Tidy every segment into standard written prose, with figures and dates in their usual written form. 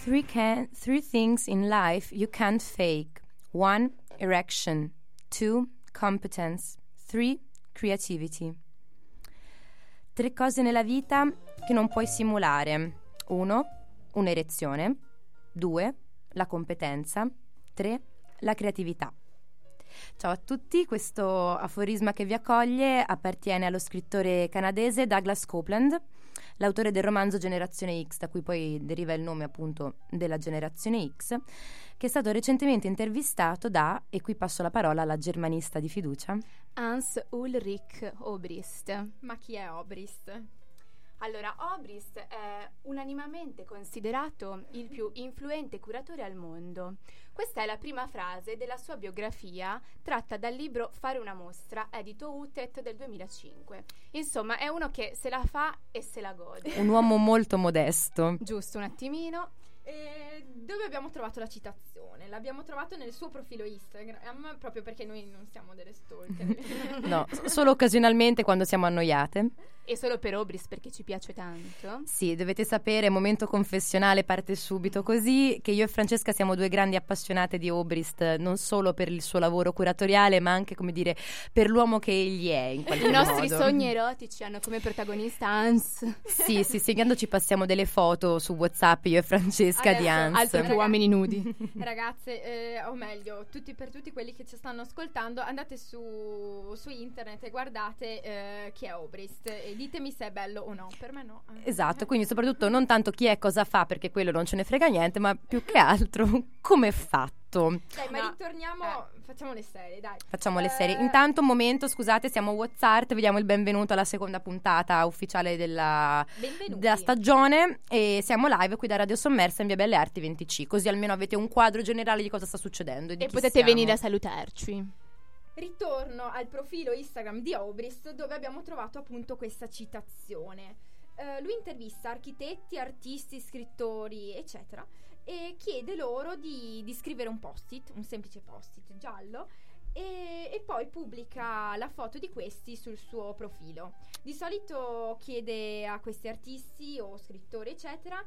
Three things in life you can't fake. 1. Erection. 2. Competence. 3. Creativity. 3 cose nella vita che non puoi simulare. 1. Un'erezione. 2. La competenza. 3. La creatività. Ciao a tutti, questo aforisma che vi accoglie appartiene allo scrittore canadese Douglas Coupland, l'autore del romanzo Generazione X, da cui poi deriva il nome appunto della Generazione X, che è stato recentemente intervistato da, e qui passo la parola alla germanista di fiducia, Hans Ulrich Obrist. Ma chi è Obrist? Allora, Obrist è unanimemente considerato il più influente curatore al mondo. Questa è la prima frase della sua biografia, tratta dal libro Fare una mostra, edito Utet del 2005. Insomma, è uno che se la fa e se la gode. un uomo molto modesto. Giusto, un attimino. Dove abbiamo trovato la citazione? L'abbiamo trovato nel suo profilo Instagram, proprio perché noi non siamo delle stalker. No, solo occasionalmente quando siamo annoiate. E solo per Obrist perché ci piace tanto. Sì, dovete sapere, momento confessionale parte subito così, che io e Francesca siamo 2 grandi appassionate di Obrist, non solo per il suo lavoro curatoriale, ma anche, come dire, per l'uomo che egli è, in qualche I modo. nostri sogni erotici hanno come protagonista Hans. Sì, segnando ci passiamo delle foto su WhatsApp, io e Francesca, di Hans. Altri uomini nudi. Ragazze, o meglio, per tutti quelli che ci stanno ascoltando, andate su internet e guardate chi è Obrist e ditemi se è bello o no. Per me no. Esatto, quindi soprattutto non tanto chi è, cosa fa, perché quello non ce ne frega niente, ma più che altro come è fatto. Dai, ma ritorniamo, facciamo le serie, dai. Facciamo le serie. Intanto, un momento, scusate, siamo WhatsApp, vi diamo il benvenuto alla seconda puntata ufficiale della stagione e siamo live qui da Radio Sommersa in via Belle Arti 20C, così almeno avete un quadro generale di cosa sta succedendo e potete siamo. venire a salutarci. Ritorno al profilo Instagram di Obrist, dove abbiamo trovato appunto questa citazione. Lui intervista architetti, artisti, scrittori, eccetera, e chiede loro di scrivere un post-it, un semplice post-it giallo, e poi pubblica la foto di questi sul suo profilo. Di solito chiede a questi artisti o scrittori eccetera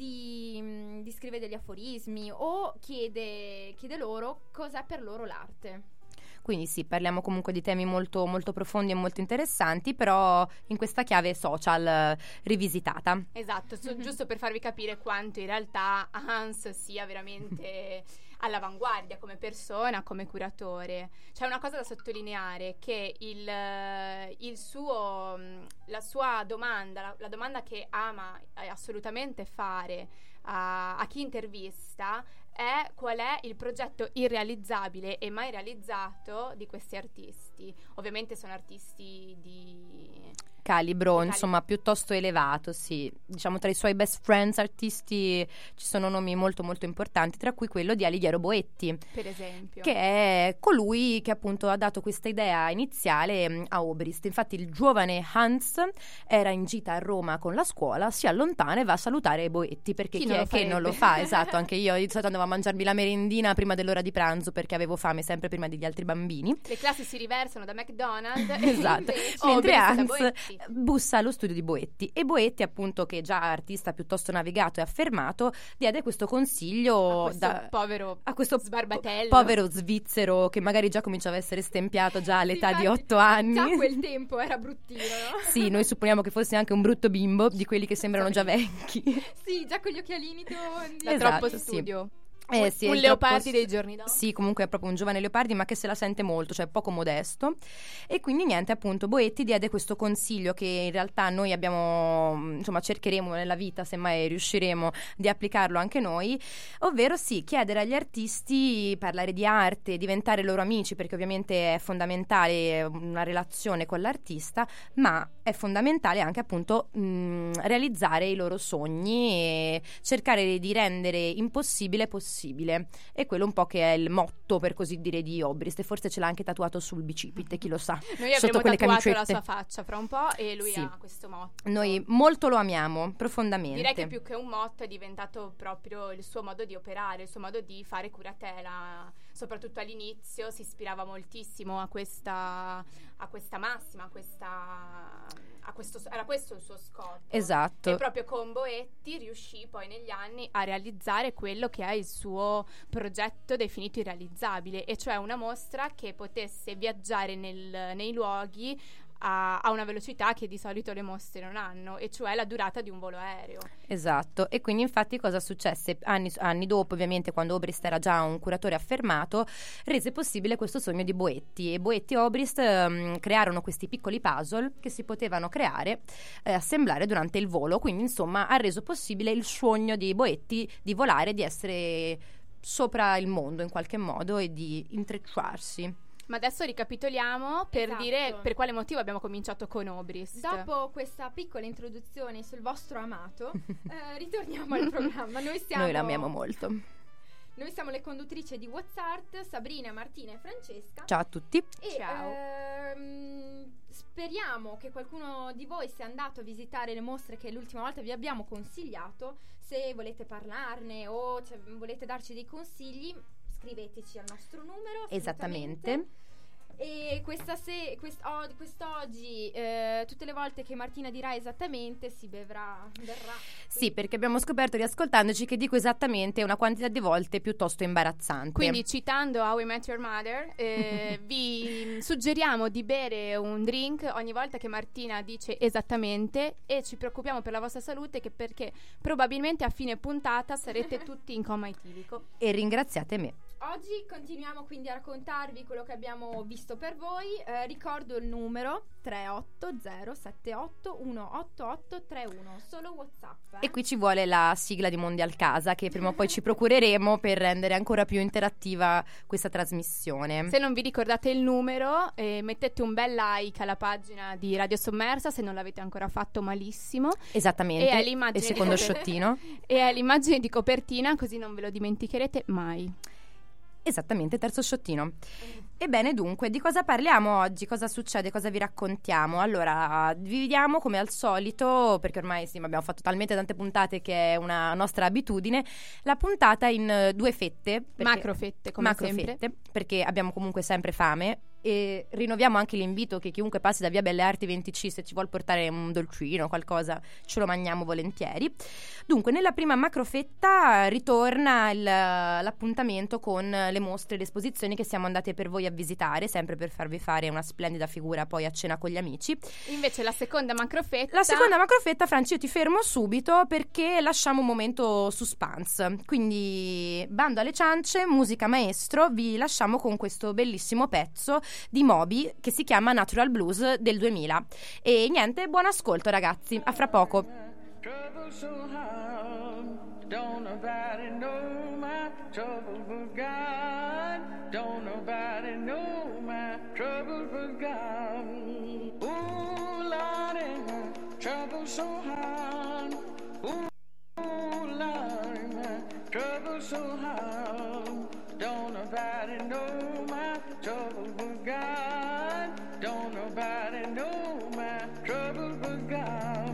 di scrivere degli aforismi o chiede loro cos'è per loro l'arte. Quindi sì, parliamo comunque di temi molto, molto profondi e molto interessanti, però in questa chiave social rivisitata. Esatto, giusto per farvi capire quanto in realtà Hans sia veramente all'avanguardia come persona, come curatore. C'è una cosa da sottolineare, che la sua domanda, la domanda che ama assolutamente fare a chi intervista è: qual è il progetto irrealizzabile e mai realizzato di questi artisti. Ovviamente sono artisti di calibro, insomma, piuttosto elevato, sì. Diciamo, tra i suoi best friends artisti ci sono nomi molto molto importanti, tra cui quello di Alighiero Boetti, per esempio, che è colui che appunto ha dato questa idea iniziale a Obrist. Infatti il giovane Hans era in gita a Roma con la scuola, si allontana e va a salutare Boetti, perché chi è che non lo fa? Esatto, anche io di solito andavo a mangiarmi la merendina prima dell'ora di pranzo perché avevo fame sempre prima degli altri bambini. Le classi si riversano da McDonald's. Esatto. Mentre Hans bussa allo studio di Boetti, e Boetti, appunto, che già artista piuttosto navigato e affermato, diede questo consiglio a questo sbarbatello, povero svizzero che magari già cominciava a essere stempiato già all'età di 8 anni. Già quel tempo era bruttino, no? Sì, noi supponiamo che fosse anche un brutto bimbo, di quelli che sembrano già vecchi. Sì, già con gli occhialini tondi. Da troppo studio. Sì. Sì, un Leopardi dei giorni dopo. Sì, comunque è proprio un giovane Leopardi, ma che se la sente molto, cioè poco modesto. E quindi niente, appunto, Boetti diede questo consiglio che in realtà noi abbiamo, insomma, cercheremo nella vita, se mai riusciremo, di applicarlo anche noi, ovvero sì, chiedere agli artisti, parlare di arte, diventare loro amici, perché ovviamente è fondamentale una relazione con l'artista, ma è fondamentale anche appunto realizzare i loro sogni e cercare di rendere impossibile possibile. E quello un po' che è il motto, per così dire, di Obrist, e forse ce l'ha anche tatuato sul bicipite, chi lo sa. Noi avremo tatuato la sua faccia fra un po' e lui sì. ha questo motto. Noi molto lo amiamo, profondamente. Direi che più che un motto è diventato proprio il suo modo di operare, il suo modo di fare curatela soprattutto all'inizio si ispirava moltissimo a questa massima, era questo il suo scopo. Esatto. E proprio con Boetti riuscì poi negli anni a realizzare quello che è il suo progetto definito irrealizzabile, e cioè una mostra che potesse viaggiare nei luoghi a una velocità che di solito le mostre non hanno, e cioè la durata di un volo aereo. Esatto, e quindi infatti cosa successe? Anni dopo, ovviamente, quando Obrist era già un curatore affermato, rese possibile questo sogno di Boetti, e Boetti e Obrist crearono questi piccoli puzzle che si potevano creare, assemblare durante il volo, quindi insomma ha reso possibile il sogno di Boetti di volare, di essere sopra il mondo in qualche modo e di intrecciarsi. Ma adesso ricapitoliamo per Esatto. dire per quale motivo abbiamo cominciato con Obrist. Dopo questa piccola introduzione sul vostro amato, ritorniamo al programma. Noi l'amiamo molto. Noi siamo le conduttrici di WhatsApp, Sabrina, Martina e Francesca. Ciao a tutti. E, Ciao. Speriamo che qualcuno di voi sia andato a visitare le mostre che l'ultima volta vi abbiamo consigliato. Se volete parlarne o volete darci dei consigli, scriveteci al nostro numero. Esattamente. E quest'oggi, tutte le volte che Martina dirà esattamente, si verrà. Sì, perché abbiamo scoperto riascoltandoci che dico esattamente una quantità di volte piuttosto imbarazzante. Quindi, citando How I Met Your Mother, vi suggeriamo di bere un drink ogni volta che Martina dice esattamente, e ci preoccupiamo per la vostra salute, perché probabilmente a fine puntata sarete tutti in coma etilico. E ringraziate me. Oggi continuiamo quindi a raccontarvi quello che abbiamo visto per voi. Ricordo il numero 38078188831, solo WhatsApp. E qui ci vuole la sigla di Mondial Casa, che prima o poi ci procureremo per rendere ancora più interattiva questa trasmissione. Se non vi ricordate il numero, mettete un bel like alla pagina di Radio Sommersa, se non l'avete ancora fatto, malissimo. Esattamente. E è l'immagine il secondo sciottino. E è l'immagine di copertina, così non ve lo dimenticherete mai. Esattamente, terzo sciottino. Ebbene, dunque, di cosa parliamo oggi? Cosa succede? Cosa vi raccontiamo? Allora, dividiamo come al solito, perché ormai sì, abbiamo fatto talmente tante puntate che è una nostra abitudine, la puntata in due fette. Macrofette, come sempre. Perché abbiamo comunque sempre fame. E rinnoviamo anche l'invito che chiunque passi da via Belle Arti 20C, se ci vuol portare un dolcino, qualcosa, ce lo mangiamo volentieri. Dunque, nella prima macrofetta ritorna l'appuntamento con le mostre e le esposizioni che siamo andate per voi a visitare, sempre per farvi fare una splendida figura poi a cena con gli amici. Invece la seconda macrofetta, Franci, io ti fermo subito perché lasciamo un momento suspense. Quindi, bando alle ciance, musica maestro, vi lasciamo con questo bellissimo pezzo di Moby che si chiama Natural Blues del 2000. E niente, buon ascolto ragazzi, a fra poco. Don't nobody know my trouble but God. Don't nobody know my trouble but God. Ooh, Lord, my trouble so hard. Ooh, Lord, my trouble so hard. Don't nobody know my trouble but God. Don't nobody know my trouble but God.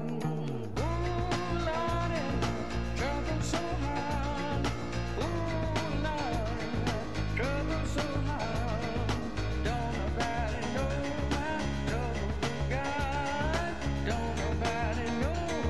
So hard, ooh Lord, trouble so hard. Don't nobody know my trouble but God. Don't nobody know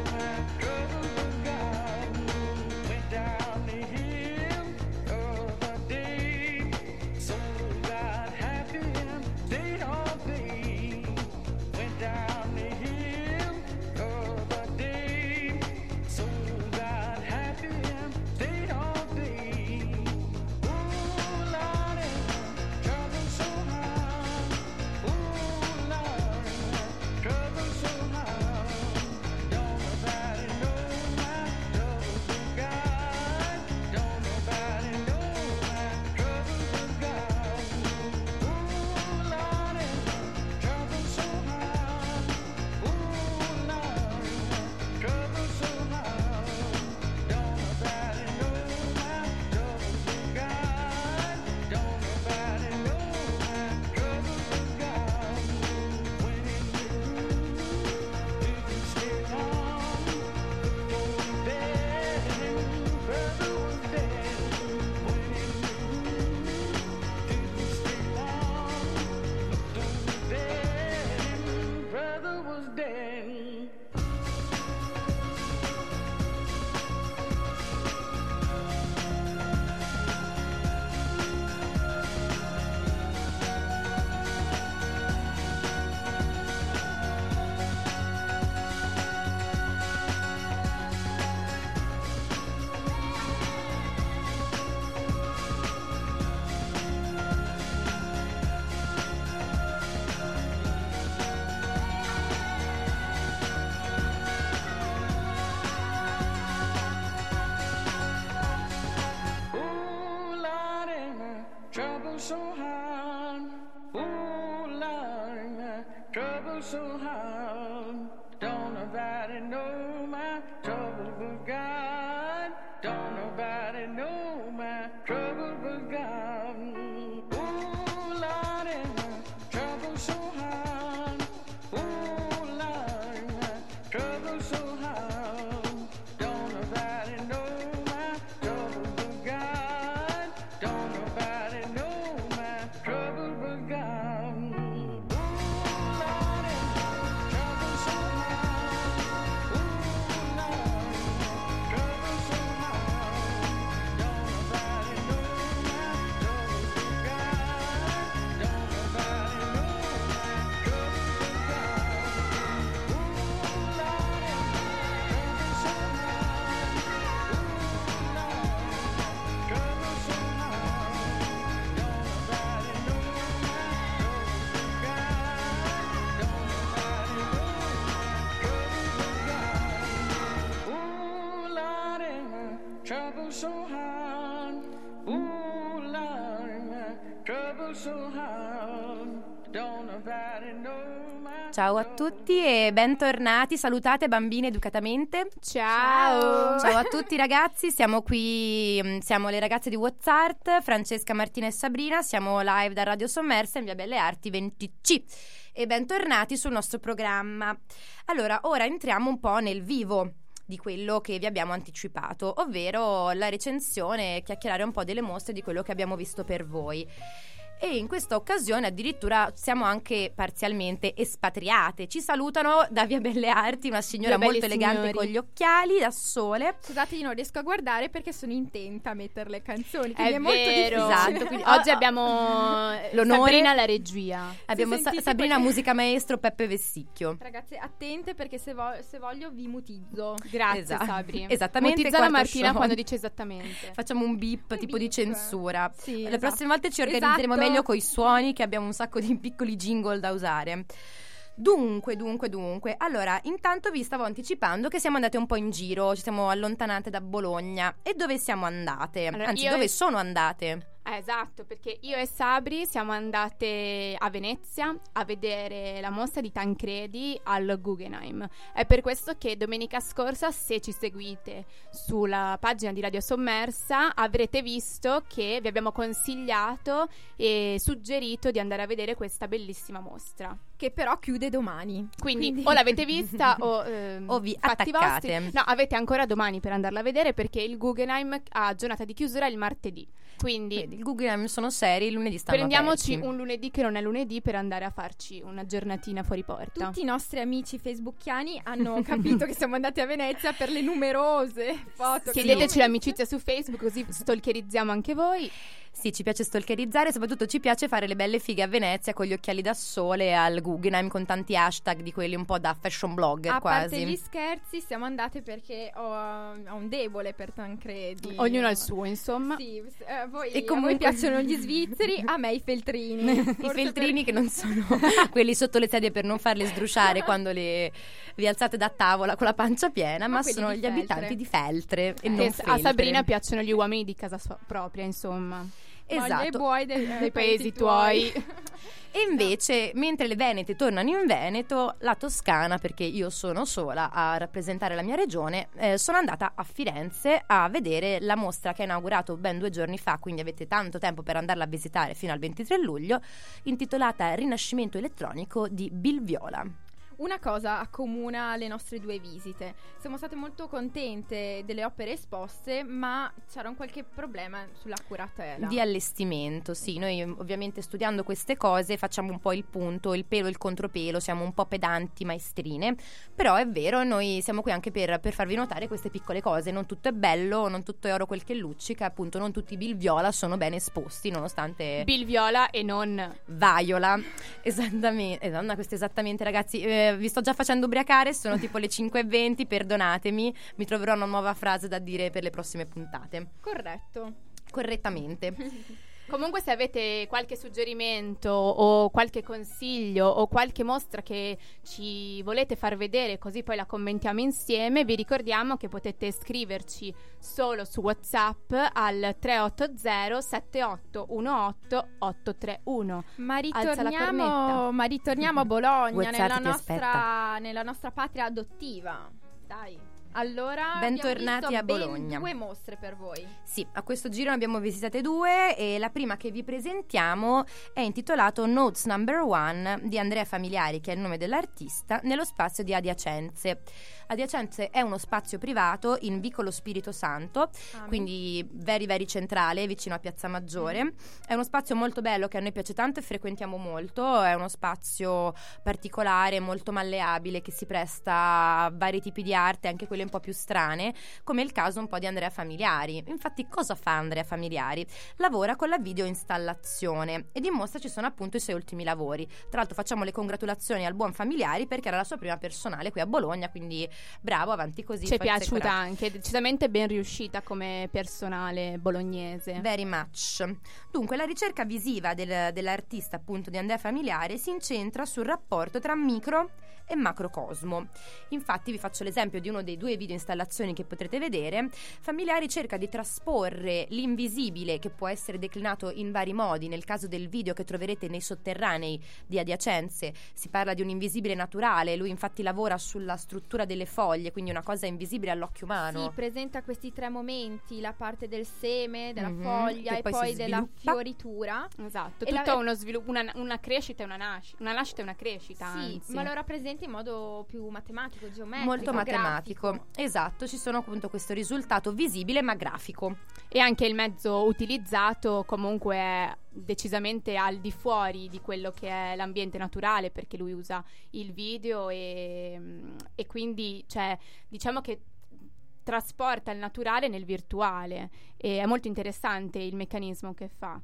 trouble so hard. Don't nobody know my trouble but God. Don't nobody know my trouble but God. Ooh, Lord, my trouble so hard. Ooh, Lord, my trouble so hard. Don't nobody know my trouble but God. Don't nobody know my trouble but God. Trouble so hard, ooh Lord, my trouble so hard, don't nobody know my. Ciao a tutti e bentornati, salutate bambine educatamente. Ciao. Ciao a tutti ragazzi, siamo qui, siamo le ragazze di WhatsApp, Francesca, Martina e Sabrina, siamo live da Radio Sommersa in via Belle Arti 20C e bentornati sul nostro programma. Allora, ora entriamo un po' nel vivo di quello che vi abbiamo anticipato, ovvero la recensione, chiacchierare un po' delle mostre, di quello che abbiamo visto per voi. E in questa occasione addirittura siamo anche parzialmente espatriate. Ci salutano da via Belle Arti una signora Due belli molto elegante signori. con gli occhiali da sole. Scusate, io non riesco a guardare perché sono intenta a mettere le canzoni, È quindi è molto vero. difficile. Esatto, quindi Oggi abbiamo l'onore- Sabrina alla regia. Abbiamo sentite Sabrina quelle- musica maestro, Peppe Vessicchio. Ragazze, attente perché se voglio vi mutizzo. Grazie Esatto. Sabri. Esattamente, Mutizza la quarto Martina show. quando dice esattamente. Facciamo un beep Un tipo di beep. censura. Sì, Le esatto. prossime volte ci organizzeremo Esatto. meglio coi suoni, che abbiamo un sacco di piccoli jingle da usare. Dunque, allora, intanto vi stavo anticipando che siamo andate un po' in giro, ci siamo allontanate da Bologna. E dove siamo andate? Allora, Anzi, io dove e- sono andate? Esatto, perché io e Sabri siamo andate a Venezia a vedere la mostra di Tancredi al Guggenheim. È per questo che domenica scorsa, se ci seguite sulla pagina di Radio Sommersa, avrete visto che vi abbiamo consigliato e suggerito di andare a vedere questa bellissima mostra. Che però chiude domani. Quindi o l'avete vista O vi fatti attaccate. vostri. No, avete ancora domani per andarla a vedere, perché il Guggenheim ha giornata di chiusura il martedì. Quindi Vedi, il Guggenheim sono seri, il lunedì stanno prendiamoci aperti. un lunedì che non è lunedì per andare a farci una giornatina fuori porta. Tutti i nostri amici facebookiani hanno capito che siamo andati a Venezia per le numerose foto. che Chiedeteci l'amicizia su Facebook, così stalkerizziamo anche voi. Sì, ci piace stalkerizzare, soprattutto ci piace fare le belle fighe a Venezia con gli occhiali da sole al Guggenheim con tanti hashtag di quelli un po' da fashion blogger A parte quasi. gli scherzi, siamo andate perché ho un debole per Tancredi. Ognuno ha il suo, insomma. Sì, voi, E a comunque- voi piacciono gli svizzeri, a me i feltrini. I Forse feltrini che non sono quelli sotto le sedie per non farle sdruciare quando vi alzate da tavola con la pancia piena, ma quelli sono di gli Feltre. abitanti di Feltre e non Che a Feltre. Sabrina piacciono gli uomini di casa propria, insomma. Moglie e Esatto. buoi Dei paesi tuoi. E invece, mentre le venete tornano in Veneto, la Toscana, perché io sono sola a rappresentare la mia regione, sono andata a Firenze a vedere la mostra che ha inaugurato ben 2 giorni fa, quindi avete tanto tempo per andarla a visitare fino al 23 luglio, intitolata Rinascimento elettronico di Bill Viola. Una cosa accomuna le nostre due visite. Siamo state molto contente delle opere esposte, ma c'era un qualche problema sulla curatela. Di allestimento, sì, noi ovviamente studiando queste cose facciamo un po' il punto, il pelo e il contropelo, siamo un po' pedanti maestrine, però è vero, noi siamo qui anche per farvi notare queste piccole cose, non tutto è bello, non tutto è oro quel che luccica, appunto non tutti i Bill Viola sono ben esposti, nonostante Bill Viola e non Vaiola. Esattamente, questo esattamente ragazzi, vi sto già facendo ubriacare, sono tipo le 5:20, perdonatemi, mi troverò una nuova frase da dire per le prossime puntate. Corretto. Correttamente. Comunque, se avete qualche suggerimento o qualche consiglio o qualche mostra che ci volete far vedere, così poi la commentiamo insieme, vi ricordiamo che potete scriverci solo su WhatsApp al 380 7818 831. Ma Alza la cornetta. ritorniamo a Bologna, WhatsApp ti aspetta. nella nostra patria adottiva. Dai. Allora, Bentornati abbiamo a visto Bologna. ben 2 mostre per voi. Sì, a questo giro ne abbiamo visitate 2 e la prima che vi presentiamo è intitolato Notes Number 1 di Andrea Familiari, che è il nome dell'artista, nello spazio di Adiacenze. Adiacenze è uno spazio privato in Vicolo Spirito Santo, quindi very centrale, vicino a Piazza Maggiore. È uno spazio molto bello che a noi piace tanto e frequentiamo molto. È uno spazio particolare, molto malleabile, che si presta a vari tipi di arte, anche quelle un po' più strane, come il caso un po' di Andrea Familiari. Infatti, cosa fa Andrea Familiari? Lavora con la videoinstallazione e dimostra ci sono appunto i suoi ultimi lavori. Tra l'altro facciamo le congratulazioni al buon Familiari perché era la sua prima personale qui a Bologna, quindi bravo, avanti così. Ci è forza e piaciuta coraggio. anche, decisamente ben riuscita come personale bolognese. Very much. Dunque, la ricerca visiva dell'artista appunto di Andrea Familiare si incentra sul rapporto tra micro e macrocosmo. Infatti vi faccio l'esempio di uno dei 2 video installazioni che potrete vedere. Familiari cerca di trasporre l'invisibile, che può essere declinato in vari modi. Nel caso del video che troverete nei sotterranei di Adiacenze si parla di un invisibile naturale. Lui infatti lavora sulla struttura delle foglie, quindi una cosa invisibile all'occhio umano. Sì, presenta questi 3 momenti, la parte del seme, della Mhm, foglia che e poi poi si della sviluppa. fioritura. Esatto, E tutto uno sviluppo, una crescita e una nascita e una crescita, Sì, anzi. ma lo rappresenta in modo più matematico, geometrico, Molto matematico. grafico. Esatto, ci sono appunto questo risultato visibile ma grafico. E anche il mezzo utilizzato comunque è decisamente al di fuori di quello che è l'ambiente naturale, perché lui usa il video e quindi, cioè, diciamo che trasporta il naturale nel virtuale, e è molto interessante il meccanismo che fa.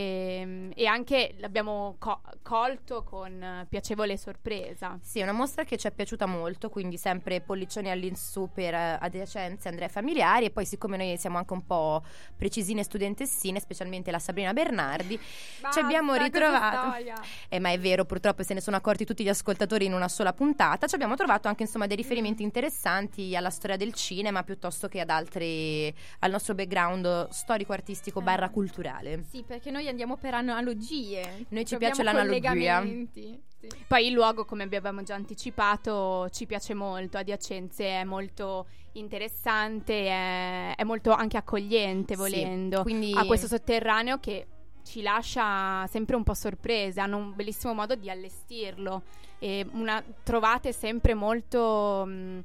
E anche l'abbiamo colto con piacevole sorpresa. Sì, è una mostra che ci è piaciuta molto, quindi sempre pollicioni all'insù per Adiacenze, Andrea Familiari, e poi siccome noi siamo anche un po' precisine studentessine, specialmente la Sabrina Bernardi, ci abbiamo ritrovato, ma è vero, purtroppo se ne sono accorti tutti gli ascoltatori in una sola puntata, ci abbiamo trovato anche insomma dei riferimenti interessanti alla storia del cinema piuttosto che ad altri, al nostro background storico-artistico / culturale. Sì, perché noi andiamo per analogie. Noi ci Troviamo piace l'analogia. collegamenti. Sì. Poi il luogo, come abbiamo già anticipato, ci piace molto. Adiacenze è molto interessante, è molto anche accogliente, volendo. Sì, quindi ha questo sotterraneo che ci lascia sempre un po' sorprese, hanno un bellissimo modo di allestirlo e trovate sempre molto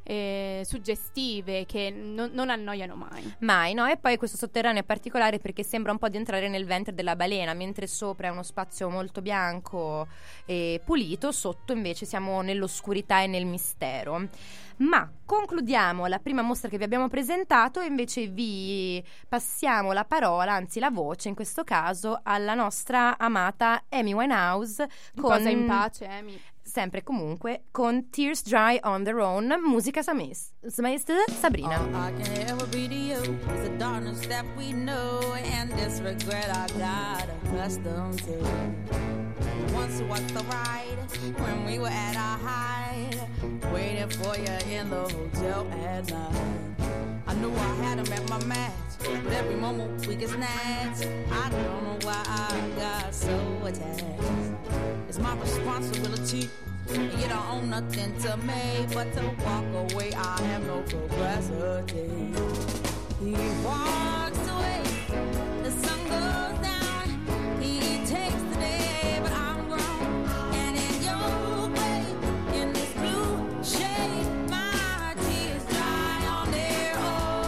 suggestive che non annoiano mai, no? E poi questo sotterraneo è particolare perché sembra un po' di entrare nel ventre della balena, mentre sopra è uno spazio molto bianco e pulito, sotto invece siamo nell'oscurità e nel mistero. Ma concludiamo la prima mostra che vi abbiamo presentato e invece vi passiamo la parola, anzi la voce in questo caso, alla nostra amata Amy Winehouse con Cosa in pace, Amy. Sempre comunque con Tears Dry on Their Own, musica Sabrina. All I can ever be to you is the darkness that we know and this regret I got accustomed to. Once was the ride when we were at our height, waiting for you in the hotel at night. I knew I had him at my match, but every moment we get snatched. I don't know why I got so attached. It's my responsibility, and you don't own nothing to me but to walk away. I have no capacity. He walks away, the sun goes down. He takes the day, but I'm grown. And in your way, in this blue shade, my tears dry on their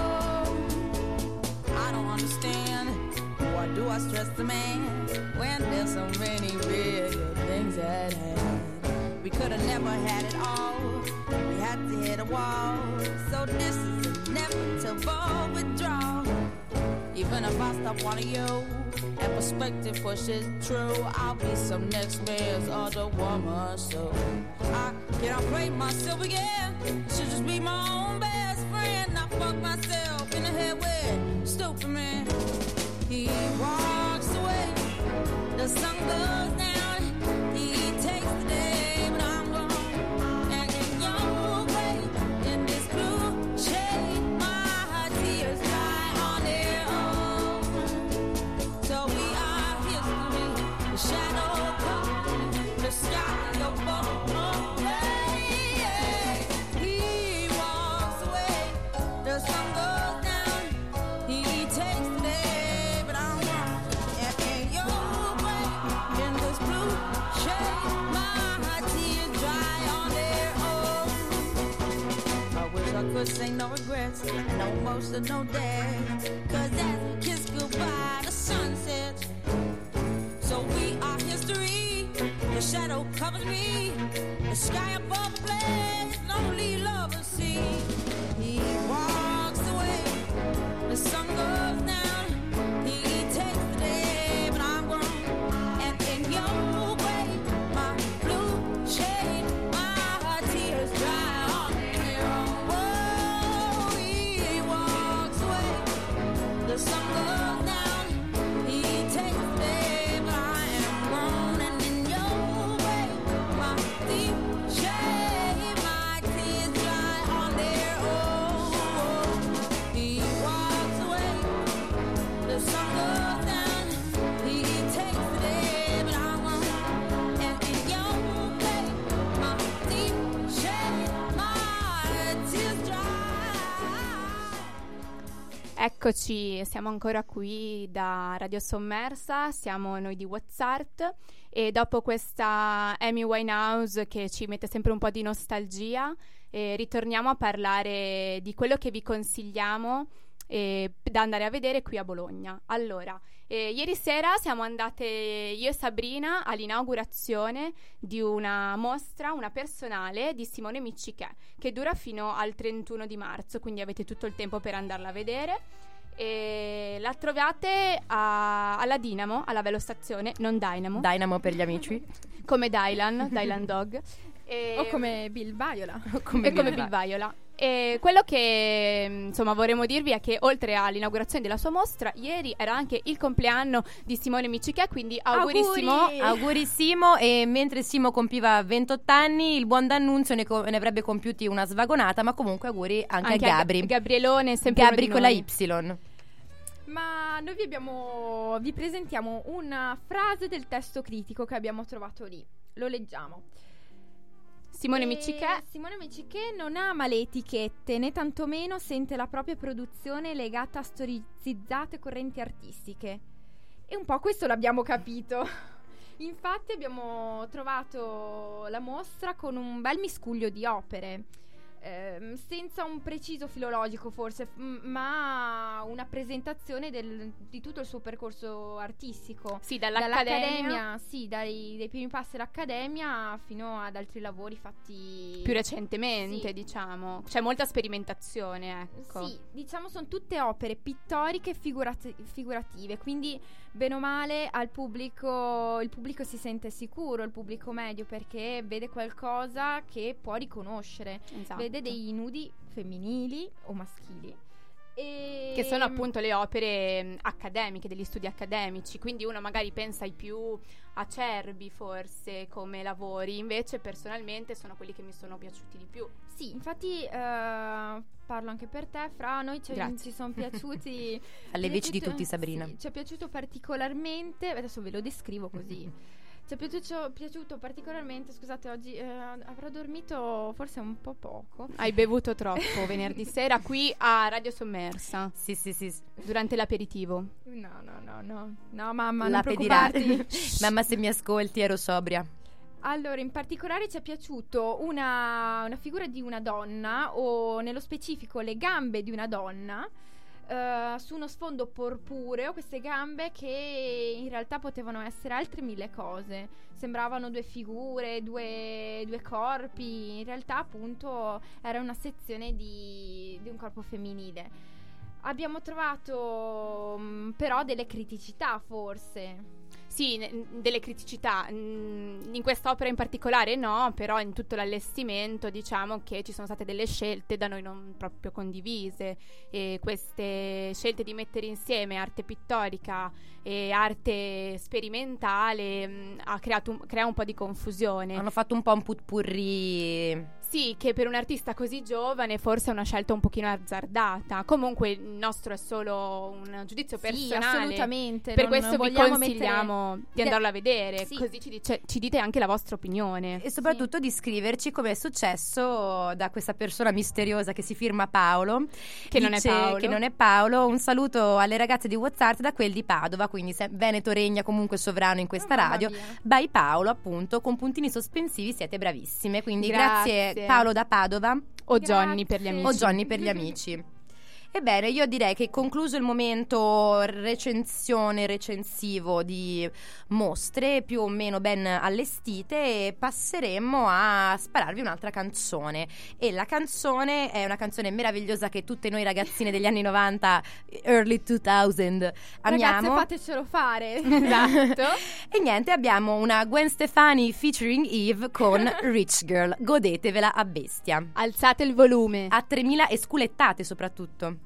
own. I don't understand, why do I stress the man when there's so many bigger things at hand? We could have never had it all, we had to hit a wall. So this is inevitable withdrawal. Even if I stop wanting you and perspective pushes true, I'll be some next man's other woman. So I cannot play myself again, I should just be my own best friend. I fuck myself in the head with stupid man. He walks away. The sun goes down, he takes the day, but I'm gone. And in your way, in this blue shade, my tears dry on their own. So we are history, the shadow comes, the sky above away. He walks away, the sun goes down, he takes the day, but I'm gone. And in your way, in this blue shade, my tears dry on their own. I wish I could say no regrets, no emotion, no day. Cause as we kiss goodbye, the sun sets. So we are history, the shadow covers me, the sky above the blaze, lonely lovers see. He walks away, the sun goes down, he takes the day, but I'm gone. And in your way, my blue shade, my tears dry on their own. Whoa, he walks away, the sun goes down, he takes the day, but I am gone. And in your way, my deep shade, my tears dry on their own. He walks away, the sun goes down, he takes the day, but I'm gone. And in your way, my deep shade, my tears dry. Eccoci, siamo ancora qui da Radio Sommersa, siamo noi di WhatsApp e dopo questa Amy Winehouse che ci mette sempre un po' di nostalgia, ritorniamo a parlare di quello che vi consigliamo da andare a vedere qui a Bologna. Allora, ieri sera siamo andate io e Sabrina all'inaugurazione di una mostra, una personale di Simone Miccichè, che dura fino al 31 di marzo, quindi avete tutto il tempo per andarla a vedere. E la trovate alla Dinamo, alla Velostazione, non Dynamo. Dynamo per gli amici. Come Dylan Dog. O come Bill Viola. Come Bill Viola. E quello che insomma vorremmo dirvi è che oltre all'inaugurazione della sua mostra, ieri era anche il compleanno di Simone Miccichè, quindi augurissimo. E mentre Simo compiva 28 anni, il buon D'Annunzio ne avrebbe compiuti una svagonata, ma comunque auguri anche a Gabri. Gabrielone, sempre Gabri con la noi. Y. Ma noi vi presentiamo una frase del testo critico che abbiamo trovato lì. Lo leggiamo. Simone Miccichè non ama le etichette, né tantomeno sente la propria produzione legata a storicizzate correnti artistiche. E un po' questo l'abbiamo capito. Infatti abbiamo trovato la mostra con un bel miscuglio di opere, senza un preciso filologico forse, ma una presentazione di tutto il suo percorso artistico. Sì, dall'Accademia. Sì, dai primi passi all'Accademia fino ad altri lavori fatti più recentemente, sì. Diciamo. C'è molta sperimentazione, ecco. Sì, diciamo sono tutte opere pittoriche e figurative, quindi bene o male il pubblico si sente sicuro, il pubblico medio, perché vede qualcosa che può riconoscere. Esatto. Vede dei nudi femminili o maschili che sono appunto le opere accademiche, degli studi accademici, quindi uno magari pensa ai più acerbi forse come lavori, invece personalmente sono quelli che mi sono piaciuti di più. Sì, infatti parlo anche per te, Fra, noi ci sono piaciuti alle veci di tutti, Sabrina. Sì, ci è piaciuto particolarmente, adesso ve lo descrivo così. Ci è piaciuto particolarmente, scusate, oggi avrò dormito forse un po' poco. Hai bevuto troppo venerdì sera qui a Radio Sommersa. Sì. Durante l'aperitivo. No, mamma, la non preoccuparti. Mamma, se mi ascolti, ero sobria. Allora, in particolare ci è piaciuto una figura di una donna, o nello specifico le gambe di una donna, su uno sfondo purpureo, queste gambe che in realtà potevano essere altre 1000 cose, sembravano due figure, due corpi, in realtà appunto era una sezione di un corpo femminile. Abbiamo trovato però delle criticità forse. sì, delle criticità. In quest'opera in particolare no, però in tutto l'allestimento diciamo che ci sono state delle scelte da noi non proprio condivise, e queste scelte di mettere insieme arte pittorica e arte sperimentale crea un po' di confusione. Hanno fatto un po' un potpourri. Sì, che per un artista così giovane forse è una scelta un pochino azzardata. Comunque il nostro è solo un giudizio personale. Sì, assolutamente. Per non questo vi vogliamo consigliamo di andarlo a vedere, Sì. così ci dite anche la vostra opinione. E soprattutto di scriverci come è successo da questa persona misteriosa che si firma Paolo, Che non è dice Paolo. che non è Paolo. Un saluto alle ragazze di WhatsApp da quel di Padova, quindi se Veneto regna comunque sovrano in questa Mamma radio. mia. By Paolo, appunto, con puntini sospensivi, siete bravissime, quindi Grazie. grazie Paolo da Padova O Johnny per gli Grazie. amici. o Johnny per gli amici. Ebbene, io direi che concluso il momento recensivo di mostre più o meno ben allestite, passeremmo a spararvi un'altra canzone. E la canzone è una canzone meravigliosa che tutte noi ragazzine degli anni 90, early 2000 amiamo. Ragazze, fatecelo fare. Esatto. E niente, abbiamo una Gwen Stefani featuring Eve con Rich Girl. Godetevela a bestia. Alzate il volume. A 3000 e sculettate soprattutto.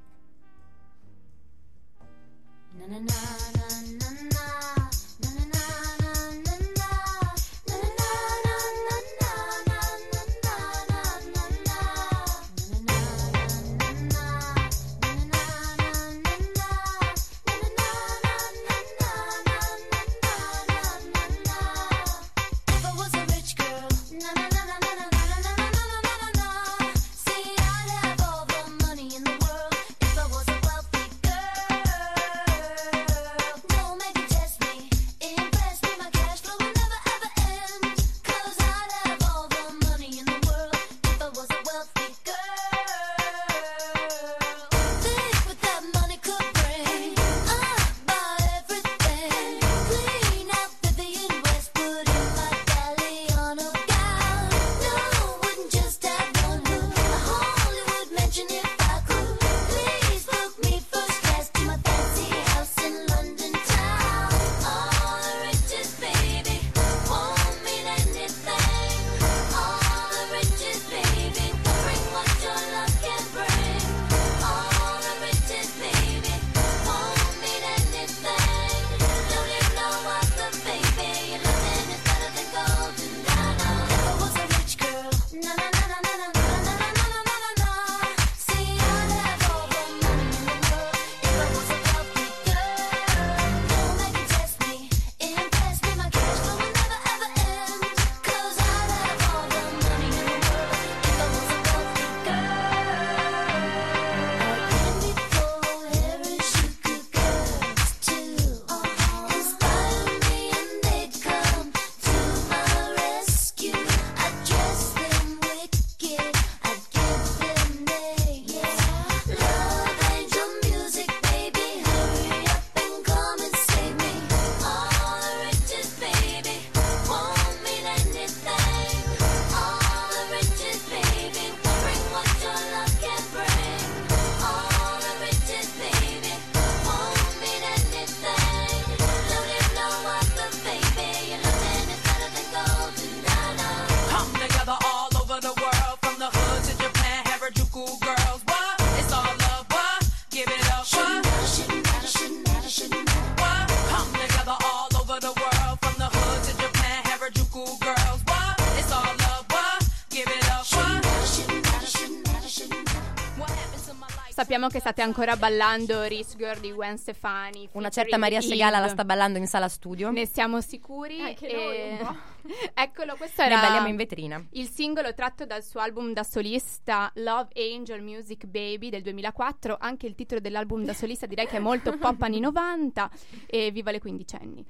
Sappiamo che state ancora ballando Rich Girl di Gwen Stefani. Una certa Maria Segala la sta ballando in sala studio. Ne siamo sicuri. Anche noi un po'. Eccolo, questo Ne era balliamo in vetrina. il singolo tratto dal suo album da solista Love Angel Music Baby del 2004. Anche il titolo dell'album da solista direi che è molto pop anni 90. E viva le quindicenni.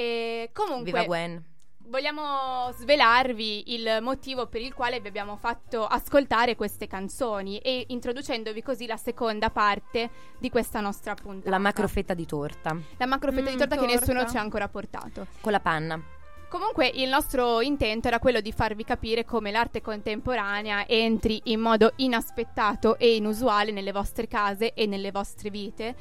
E comunque Viva Gwen. vogliamo svelarvi il motivo per il quale vi abbiamo fatto ascoltare queste canzoni, e introducendovi così la seconda parte di questa nostra puntata. La macrofetta di torta La macrofetta di torta che torta. nessuno ci ha ancora portato. con la panna. Comunque il nostro intento era quello di farvi capire come l'arte contemporanea entri in modo inaspettato e inusuale nelle vostre case e nelle vostre vite,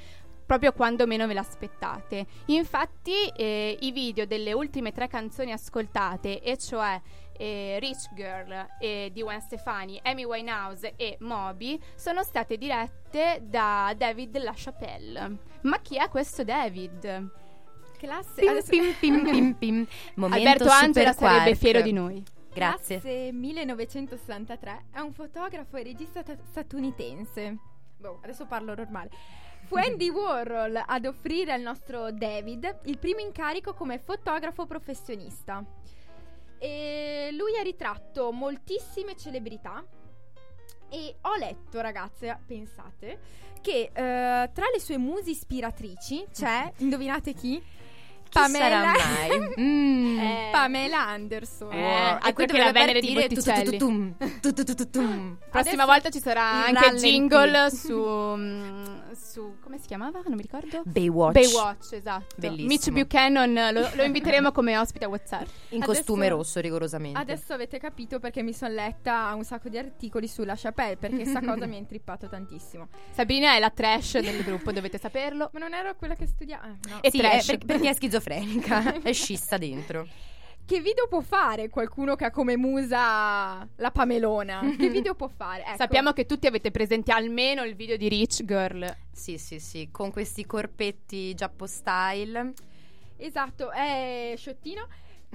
proprio quando meno ve l'aspettate. Infatti i video delle ultime 3 canzoni ascoltate, e cioè Rich Girl di Gwen Stefani, Amy Winehouse e Moby, sono state dirette da David LaChapelle. Ma chi è questo David? Classe. Pim, Adesso- pim, pim, pim, pim. Momento Alberto Angela Super sarebbe Quark. fiero di noi. Grazie. Classe 1963, è un fotografo e regista statunitense. Boh, adesso parlo normale. Fu Andy Warhol ad offrire al nostro David il primo incarico come fotografo professionista. E lui ha ritratto moltissime celebrità. E ho letto, ragazze, pensate, che tra le sue muse ispiratrici c'è, indovinate chi? Chi sarà mai? Pamela Anderson. E qui doveva Venere di Botticelli. Prossima volta ci sarà Il anche il rallenti. jingle su come si chiamava? Non mi ricordo. Baywatch. Esatto. Bellissimo. Mitch Buchanan lo inviteremo come ospite a WhatsApp. In Adesso- costume rosso, rigorosamente. Adesso avete capito perché mi sono letta un sacco di articoli sulla Chapelle, perché sta cosa mi ha intrippato tantissimo. Sabrina è la trash del gruppo, dovete saperlo. Ma non ero quella che studiava. No. E Sì, trash. perché è schizofrenica. È scissa dentro. Che video può fare qualcuno che ha come musa la Pamelona? Che video può fare? Ecco. Sappiamo che tutti avete presente almeno il video di Rich Girl. Sì, con questi corpetti giappo style. Esatto, è sciottino.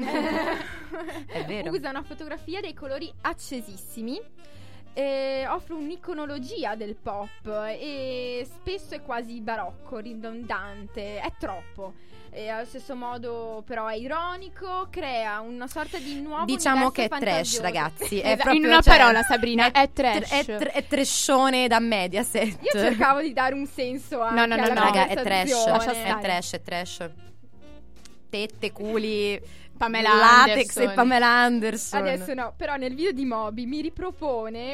È vero. Usa una fotografia dei colori accesissimi. Offre un'iconologia del pop e spesso è quasi barocco, ridondante, è troppo. E allo stesso modo però è ironico, crea una sorta di nuovo Diciamo universo che è trash, fantasioso. ragazzi. È Esatto, proprio, in una cioè, parola, Sabrina, è trash. È trashone da Mediaset. Io cercavo di dare un senso anche no, alla raga, è trash. conversazione. È trash. Tette, culi, Pamela latex Anderson. e Pamela Anderson. Adesso no, però nel video di Moby mi ripropone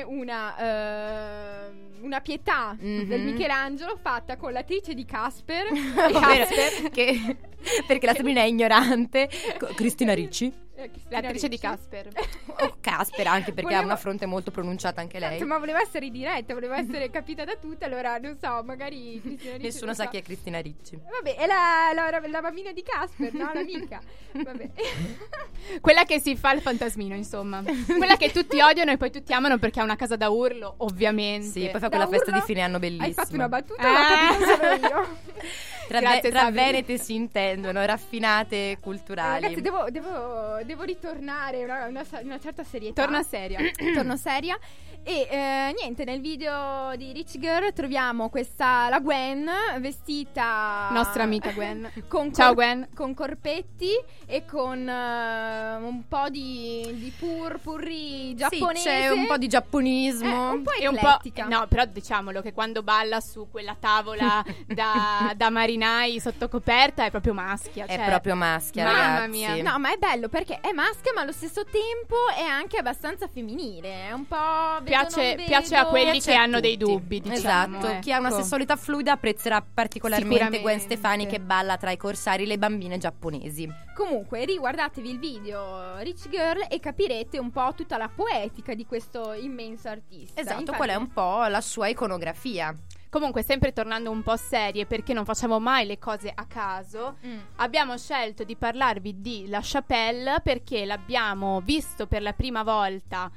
una pietà del Michelangelo fatta con l'attrice di Casper. Ovvero perché la Sabrina è ignorante. Cristina Ricci. L'attrice di Casper. O Casper, anche perché ha una fronte molto pronunciata anche lei. Ma voleva essere diretta, voleva essere capita da tutti, allora non so, magari Cristina Ricci. Nessuno non sa so. chi è Cristina Ricci. Vabbè, è la bambina di Casper, no? L'amica. Vabbè. Quella che si fa il fantasmino, insomma. Quella che tutti odiano e poi tutti amano perché ha una casa da urlo, ovviamente. Sì, poi fa Da quella festa urlo? di fine anno bellissima. Hai fatto una battuta, l'ho capito solo io. Grazie, Tra Sabri. venete si intendono, raffinate culturali. Ragazzi, devo ritornare una certa serietà. Torna seria. Torno seria. E niente, nel video di Rich Girl troviamo la Gwen vestita. Nostra amica Gwen. Ciao Gwen. Con corpetti e con un po' di purri giapponese. Sì, c'è un po' di giapponismo. Un po' E un po', eclettica. no, però diciamolo che quando balla su quella tavola da marinai sotto coperta è proprio maschia. È cioè, proprio maschia, mamma ragazzi. mia. No, ma è bello perché è maschia, ma allo stesso tempo è anche abbastanza femminile. È un po'. Piace a quelli Piace che a hanno dei tutti. dubbi, diciamo. Esatto, chi ha una ecco. sessualità fluida apprezzerà particolarmente Sicuramente. Gwen Stefani che balla tra i corsari le bambine giapponesi. Comunque, riguardatevi il video Rich Girl e capirete un po' tutta la poetica di questo immenso artista. Esatto, Infatti- qual è un po' la sua iconografia. Comunque, sempre tornando un po' serie, perché non facciamo mai le cose a caso, abbiamo scelto di parlarvi di La Chapelle perché l'abbiamo visto per la prima volta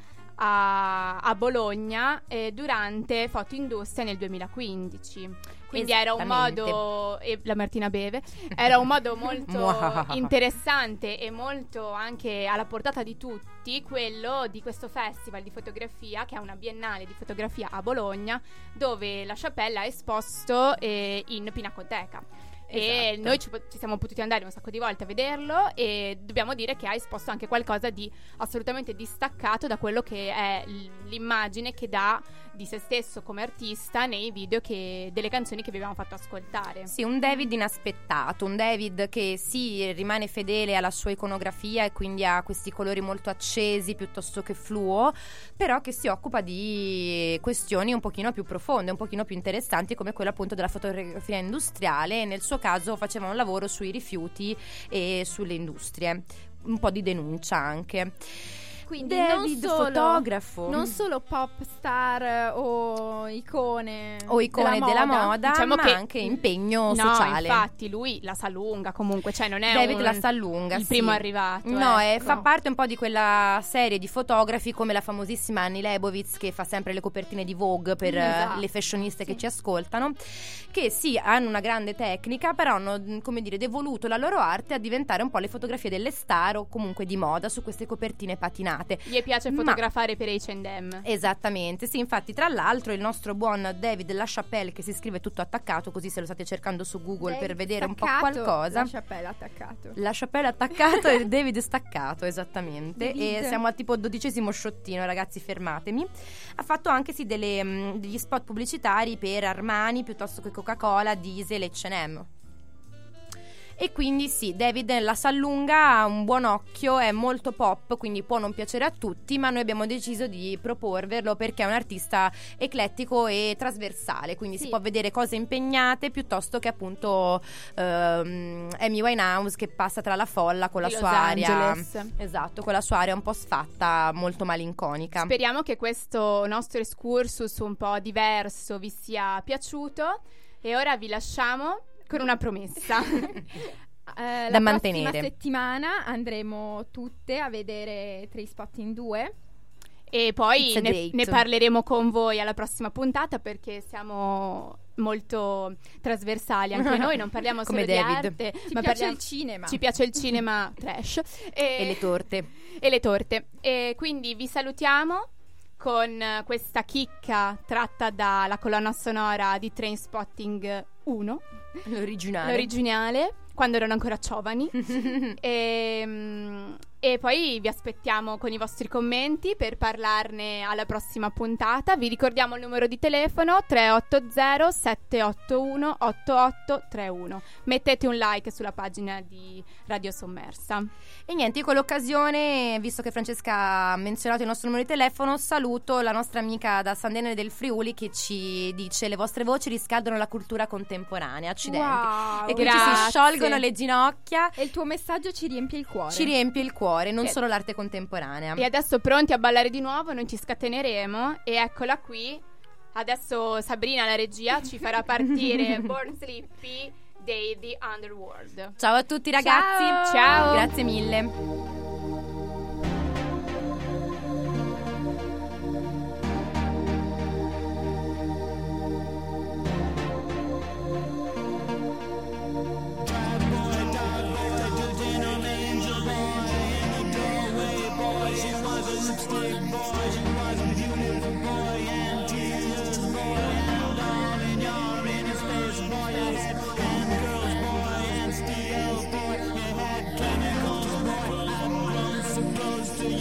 a Bologna durante Fotoindustria nel 2015. Quindi era un modo, e la Martina beve, era un modo molto interessante e molto anche alla portata di tutti, quello di questo festival di fotografia, che è una biennale di fotografia a Bologna, dove La Chapelle ha esposto in Pinacoteca. E Esatto. noi ci siamo potuti andare un sacco di volte a vederlo e dobbiamo dire che ha esposto anche qualcosa di assolutamente distaccato da quello che è l'immagine che dà di se stesso come artista nei video delle canzoni che vi abbiamo fatto ascoltare. Sì, un David inaspettato, un David che sì, rimane fedele alla sua iconografia e quindi ha questi colori molto accesi piuttosto che fluo, però che si occupa di questioni un pochino più profonde, un pochino più interessanti, come quella appunto della fotografia industriale, e nel suo caso faceva un lavoro sui rifiuti e sulle industrie, un po' di denuncia anche. Quindi David, fotografo. non solo pop star o icone della moda, diciamo ma che anche impegno no, sociale. infatti lui la sa lunga comunque, cioè non è David la sa lunga, il sì. primo arrivato. No, ecco. fa parte un po' di quella serie di fotografi come la famosissima Annie Leibovitz, che fa sempre le copertine di Vogue per Esatto. le fashioniste che ci ascoltano, che sì, hanno una grande tecnica, però hanno, come dire, devoluto la loro arte a diventare un po' le fotografie delle star o comunque di moda su queste copertine patinate. Gli piace fotografare per H&M. Esattamente, sì, infatti tra l'altro il nostro buon David LaChapelle, che si scrive tutto attaccato, così se lo state cercando su Google per vedere un po' qualcosa. LaChapelle attaccato. LaChapelle attaccato e David staccato, esattamente. David. E siamo al tipo 12° sciottino, ragazzi, fermatemi. Ha fatto anche sì degli spot pubblicitari per Armani piuttosto che Coca-Cola, Diesel e H&M. E quindi sì, David la sa lunga, ha un buon occhio, è molto pop, quindi può non piacere a tutti, ma noi abbiamo deciso di proporverlo perché è un artista eclettico e trasversale, quindi Sì. si può vedere cose impegnate piuttosto che appunto Amy Winehouse che passa tra la folla con la Di sua Los aria. Angeles. Esatto, con la sua aria un po' sfatta, molto malinconica. Speriamo che questo nostro excursus un po' diverso vi sia piaciuto e ora vi lasciamo con una promessa. La mantenere. prossima settimana andremo tutte a vedere Trainspotting 2. E poi It's a date. ne parleremo con voi alla prossima puntata perché siamo molto trasversali anche noi, non parliamo Come solo David. di arte, Ci ma piace parliamo- il cinema. Ci piace il cinema trash E le torte. e le torte. E quindi vi salutiamo con questa chicca tratta dalla colonna sonora di Trainspotting 1, l'originale, quando erano ancora giovani. E poi vi aspettiamo con i vostri commenti per parlarne alla prossima puntata. Vi ricordiamo il numero di telefono 380 781 8831. Mettete un like sulla pagina di Radio Sommersa. E niente, io con l'occasione, visto che Francesca ha menzionato il nostro numero di telefono, saluto la nostra amica da San Denere del Friuli che ci dice: le vostre voci riscaldano la cultura contemporanea, accidenti. Wow, E quindi ci grazie. si sciolgono le ginocchia, E il tuo messaggio ci riempie il cuore. ci riempie il cuore, non E- solo l'arte contemporanea. E adesso pronti a ballare di nuovo, noi ci scateneremo e eccola qui. Adesso Sabrina, la regia, ci farà partire Born Sleepy dei The Underworld. Ciao a tutti ragazzi. Ciao. Grazie mille.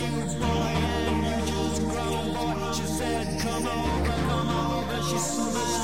She's